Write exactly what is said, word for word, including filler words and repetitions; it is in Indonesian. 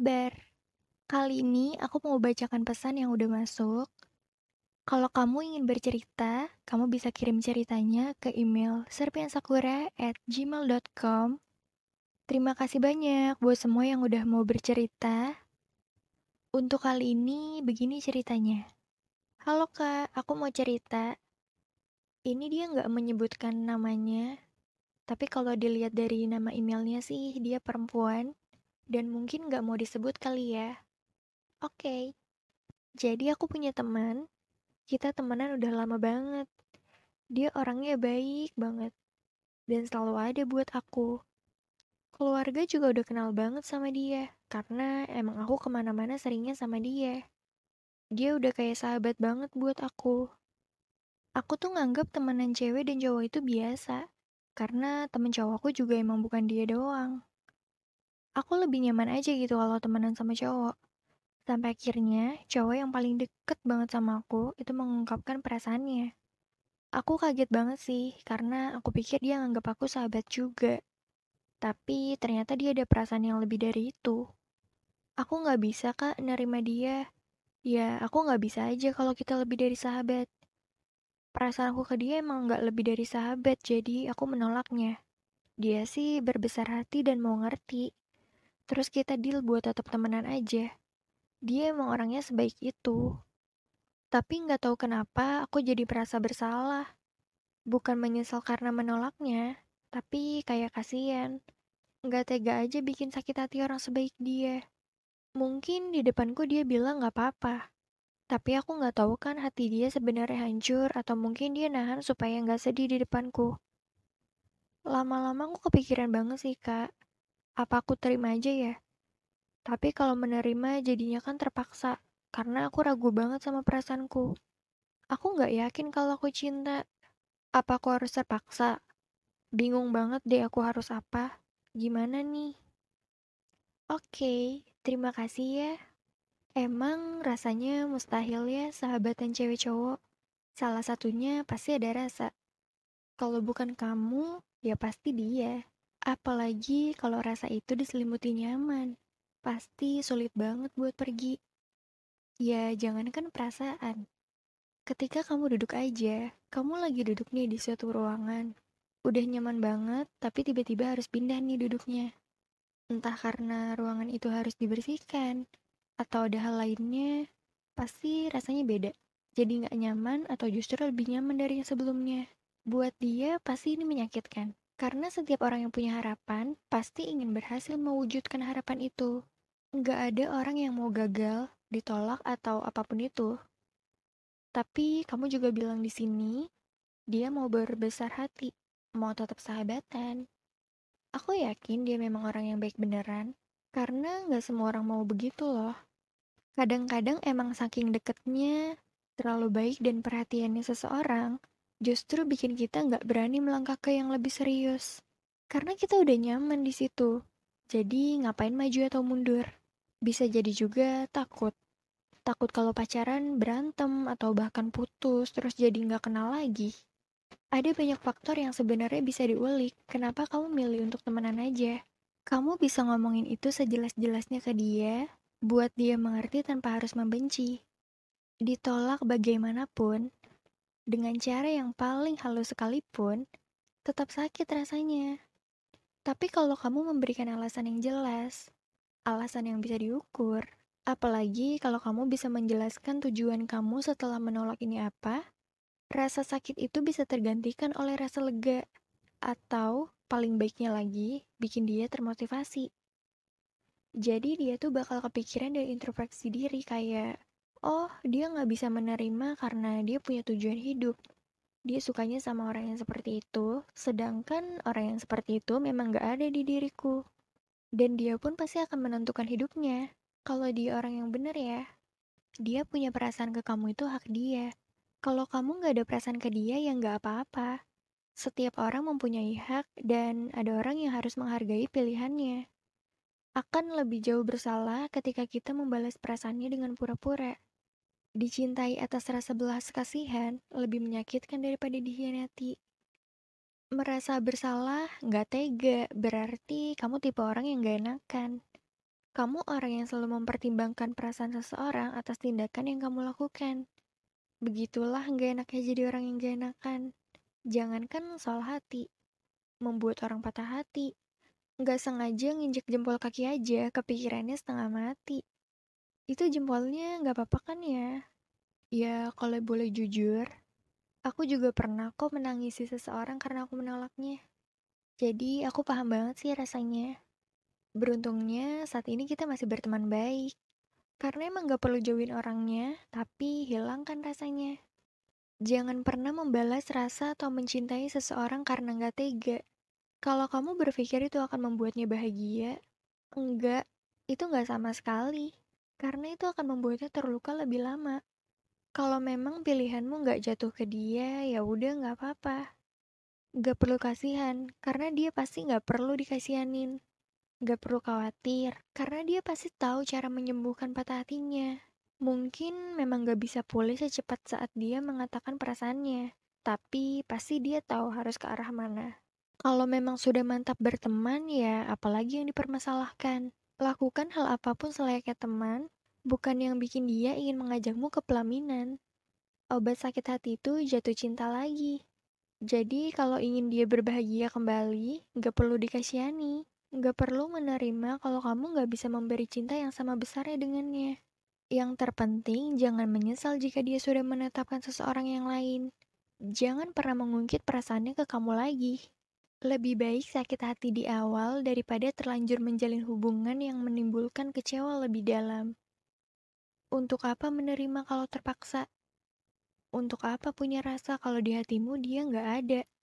kabar? Kali ini aku mau bacakan pesan yang udah masuk. Kalau kamu ingin bercerita, kamu bisa kirim ceritanya ke email serpiansakura at gmail dot com. Terima kasih banyak buat semua yang udah mau bercerita. Untuk kali ini, begini ceritanya. Halo kak, aku mau cerita. Ini dia nggak menyebutkan namanya, tapi kalau dilihat dari nama emailnya sih, dia perempuan. Dan mungkin nggak mau disebut kali ya. Oke, jadi aku punya teman. Kita temenan udah lama banget. Dia orangnya baik banget dan selalu ada buat aku. Keluarga juga udah kenal banget sama dia karena emang aku kemana-mana seringnya sama dia. Dia udah kayak sahabat banget buat aku. Aku tuh nganggap temenan cewek dan cowok itu biasa karena temen cowokku juga emang bukan dia doang. Aku lebih nyaman aja gitu kalau temenan sama cowok. Sampai akhirnya cowok yang paling deket banget sama aku itu mengungkapkan perasaannya. Aku kaget banget sih, karena aku pikir dia nganggap aku sahabat juga. Tapi ternyata dia ada perasaan yang lebih dari itu. Aku nggak bisa kak nerima dia. Ya, aku nggak bisa aja kalau kita lebih dari sahabat. Perasaan aku ke dia emang nggak lebih dari sahabat, jadi aku menolaknya. Dia sih berbesar hati dan mau ngerti. Terus kita deal buat tetap temenan aja. Dia emang orangnya sebaik itu. Tapi nggak tahu kenapa aku jadi merasa bersalah. Bukan menyesal karena menolaknya, tapi kayak kasihan. Nggak tega aja bikin sakit hati orang sebaik dia. Mungkin di depanku dia bilang nggak apa-apa. Tapi aku nggak tahu kan hati dia sebenarnya hancur atau mungkin dia nahan supaya nggak sedih di depanku. Lama-lama aku kepikiran banget sih kak. Apa aku terima aja ya? Tapi kalau menerima jadinya kan terpaksa. Karena aku ragu banget sama perasaanku. Aku nggak yakin kalau aku cinta. Apa aku harus terpaksa? Bingung banget deh aku harus apa. Gimana nih? Oke, terima kasih ya. Emang rasanya mustahil ya sahabatan cewek cowok. Salah satunya pasti ada rasa. Kalau bukan kamu, ya pasti dia. Apalagi kalau rasa itu diselimuti nyaman. Pasti sulit banget buat pergi. Ya jangankan perasaan. Ketika kamu duduk aja, kamu lagi duduk nih di suatu ruangan. Udah nyaman banget, tapi tiba-tiba harus pindah nih duduknya. Entah karena ruangan itu harus dibersihkan, atau ada hal lainnya, pasti rasanya beda. Jadi nggak nyaman atau justru lebih nyaman dari yang sebelumnya. Buat dia, pasti ini menyakitkan. Karena setiap orang yang punya harapan, pasti ingin berhasil mewujudkan harapan itu. Nggak ada orang yang mau gagal, ditolak, atau apapun itu. Tapi kamu juga bilang di sini, dia mau berbesar hati, mau tetap sahabatan. Aku yakin dia memang orang yang baik beneran, karena nggak semua orang mau begitu loh. Kadang-kadang emang saking deketnya, terlalu baik dan perhatiannya seseorang, justru bikin kita nggak berani melangkah ke yang lebih serius. Karena kita udah nyaman di situ. Jadi ngapain maju atau mundur? Bisa jadi juga takut. Takut kalau pacaran berantem atau bahkan putus terus jadi nggak kenal lagi. Ada banyak faktor yang sebenarnya bisa diulik. Kenapa kamu milih untuk temenan aja? Kamu bisa ngomongin itu sejelas-jelasnya ke dia, buat dia mengerti tanpa harus membenci. Ditolak bagaimanapun, dengan cara yang paling halus sekalipun, tetap sakit rasanya. Tapi kalau kamu memberikan alasan yang jelas, alasan yang bisa diukur, apalagi kalau kamu bisa menjelaskan tujuan kamu setelah menolak ini apa, rasa sakit itu bisa tergantikan oleh rasa lega, atau paling baiknya lagi, bikin dia termotivasi. Jadi dia tuh bakal kepikiran dan introspeksi diri kayak, oh dia nggak bisa menerima karena dia punya tujuan hidup. Dia sukanya sama orang yang seperti itu, sedangkan orang yang seperti itu memang nggak ada di diriku. Dan dia pun pasti akan menentukan hidupnya. Kalau dia orang yang benar ya, dia punya perasaan ke kamu itu hak dia. Kalau kamu nggak ada perasaan ke dia ya nggak apa-apa. Setiap orang mempunyai hak dan ada orang yang harus menghargai pilihannya. Akan lebih jauh bersalah ketika kita membalas perasaannya dengan pura-pura. Dicintai atas rasa belas kasihan lebih menyakitkan daripada dikhianati. Merasa bersalah, nggak tega, berarti kamu tipe orang yang gak enakan. Kamu orang yang selalu mempertimbangkan perasaan seseorang atas tindakan yang kamu lakukan. Begitulah nggak enaknya jadi orang yang gak enakan. Jangankan soal hati, membuat orang patah hati. Nggak sengaja nginjek jempol kaki aja, kepikirannya setengah mati. Itu jempolnya nggak apa-apa kan ya? Ya, kalau boleh jujur, aku juga pernah kok menangisi seseorang karena aku menolaknya. Jadi, aku paham banget sih rasanya. Beruntungnya, saat ini kita masih berteman baik. Karena emang gak perlu jauhin orangnya, tapi hilangkan rasanya. Jangan pernah membalas rasa atau mencintai seseorang karena gak tega. Kalau kamu berpikir itu akan membuatnya bahagia, enggak, itu gak sama sekali. Karena itu akan membuatnya terluka lebih lama. Kalau memang pilihanmu gak jatuh ke dia, ya udah gak apa-apa. Gak perlu kasihan, karena dia pasti gak perlu dikasihanin. Gak perlu khawatir, karena dia pasti tahu cara menyembuhkan patah hatinya. Mungkin memang gak bisa pulih secepat saat dia mengatakan perasaannya, tapi pasti dia tahu harus ke arah mana. Kalau memang sudah mantap berteman, ya apalagi yang dipermasalahkan. Lakukan hal apapun selayaknya teman, bukan yang bikin dia ingin mengajakmu ke pelaminan. Obat sakit hati itu jatuh cinta lagi. Jadi kalau ingin dia berbahagia kembali, gak perlu dikasihani. Gak perlu menerima kalau kamu gak bisa memberi cinta yang sama besarnya dengannya. Yang terpenting, jangan menyesal jika dia sudah menetapkan seseorang yang lain. Jangan pernah mengungkit perasaannya ke kamu lagi. Lebih baik sakit hati di awal daripada terlanjur menjalin hubungan yang menimbulkan kecewa lebih dalam. Untuk apa menerima kalau terpaksa? Untuk apa punya rasa kalau di hatimu dia nggak ada?